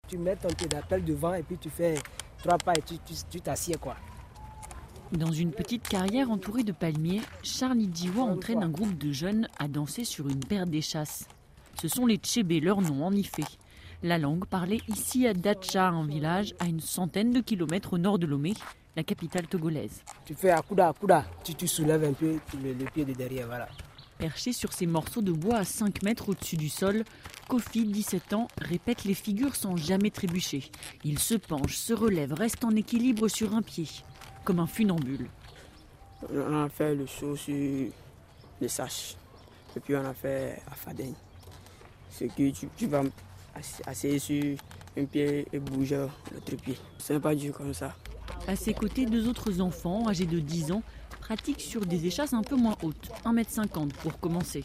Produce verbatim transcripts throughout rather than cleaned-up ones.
Tu mets ton pied d'appel devant et puis tu fais trois pas et tu, tu, tu t'assieds quoi. Dans une petite carrière entourée de palmiers, Charles Idiwa entraîne un groupe de jeunes à danser sur une paire d'échasses. Ce sont les Tchébé, leur nom en effet. La langue parlée ici à Dacha, un village à une centaine de kilomètres au nord de Lomé, la capitale togolaise. Tu fais Akuda Akuda, tu, tu soulèves un peu le, le pied de derrière, voilà. Perché sur ces morceaux de bois à cinq mètres au-dessus du sol, Kofi, dix-sept ans, répète les figures sans jamais trébucher. Il se penche, se relève, reste en équilibre sur un pied, comme un funambule. On a fait le saut sur les saches, et puis on a fait à Fadeng. C'est que tu, tu vas asseoir sur un pied et bouger l'autre pied. C'est pas dur comme ça. À ses côtés, deux autres enfants, âgés de dix ans, pratiquent sur des échasses un peu moins hautes, un mètre cinquante pour commencer.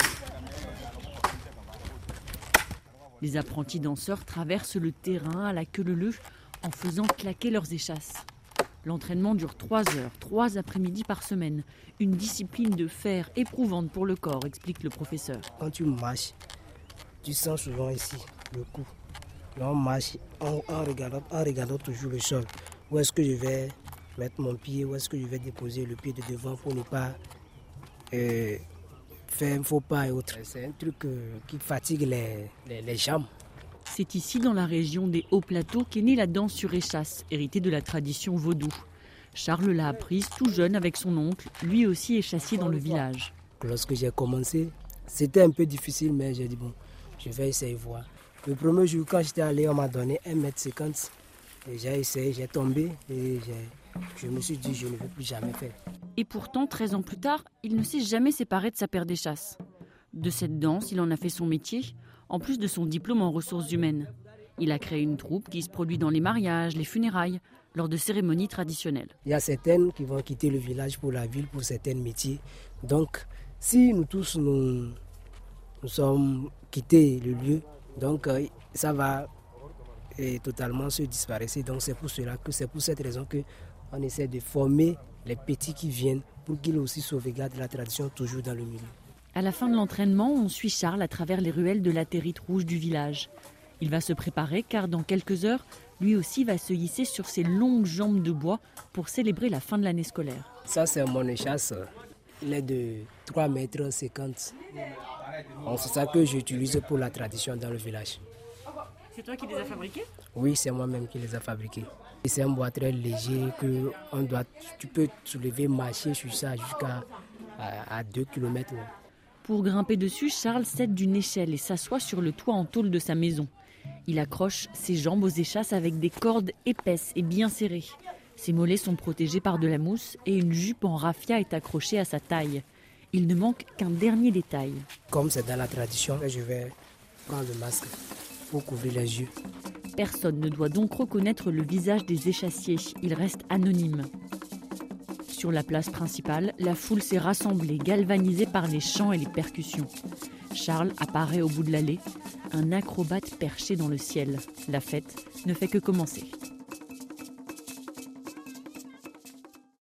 Les apprentis danseurs traversent le terrain à la queue leu-leu en faisant claquer leurs échasses. L'entraînement dure trois heures, trois après-midi par semaine. Une discipline de fer éprouvante pour le corps, explique le professeur. Quand tu marches, tu sens souvent ici le cou. Là, on marche en, en, regardant, en regardant toujours le sol. Où est-ce que je vais mettre mon pied, où est-ce que je vais déposer le pied de devant pour ne pas euh, faire un faux pas et autres. C'est un truc euh, qui fatigue les, les, les jambes. C'est ici, dans la région des Hauts Plateaux, qu'est née la danse sur échasse, héritée de la tradition vaudou. Charles l'a apprise tout jeune avec son oncle, lui aussi échassier dans le village. Lorsque j'ai commencé, c'était un peu difficile, mais j'ai dit bon, je vais essayer de voir. Le premier jour, quand j'étais allé, on m'a donné un mètre cinquante. Et j'ai essayé, j'ai tombé et j'ai, je me suis dit je ne veux plus jamais faire. Et pourtant, treize ans plus tard, il ne s'est jamais séparé de sa paire d'échasses. De cette danse, il en a fait son métier, en plus de son diplôme en ressources humaines. Il a créé une troupe qui se produit dans les mariages, les funérailles, lors de cérémonies traditionnelles. Il y a certaines qui vont quitter le village pour la ville, pour certains métiers. Donc, si nous tous nous, nous sommes quittés le lieu, donc euh, ça va et totalement se disparaître. Donc c'est pour cela que c'est pour cette raison que on essaie de former les petits qui viennent pour qu'ils aussi sauvegardent la tradition toujours dans le milieu. À la fin de l'entraînement, on suit Charles à travers les ruelles de latérite rouge du village. Il va se préparer car dans quelques heures, lui aussi va se hisser sur ses longues jambes de bois pour célébrer la fin de l'année scolaire. Ça c'est mon échasse, il est de trois mètres cinquante. C'est ça que j'utilise pour la tradition dans le village. C'est toi qui les as fabriqués ? Oui, c'est moi-même qui les ai fabriqués. Et c'est un bois très léger que on doit, tu peux soulever, marcher sur ça jusqu'à à, à deux kilomètres. Pour grimper dessus, Charles cède d'une échelle et s'assoit sur le toit en tôle de sa maison. Il accroche ses jambes aux échasses avec des cordes épaisses et bien serrées. Ses mollets sont protégés par de la mousse et une jupe en raffia est accrochée à sa taille. Il ne manque qu'un dernier détail. Comme c'est dans la tradition, je vais prendre le masque pour couvrir les yeux. Personne ne doit donc reconnaître le visage des échassiers. Ils restent anonymes. Sur la place principale, la foule s'est rassemblée, galvanisée par les chants et les percussions. Charles apparaît au bout de l'allée, un acrobate perché dans le ciel. La fête ne fait que commencer.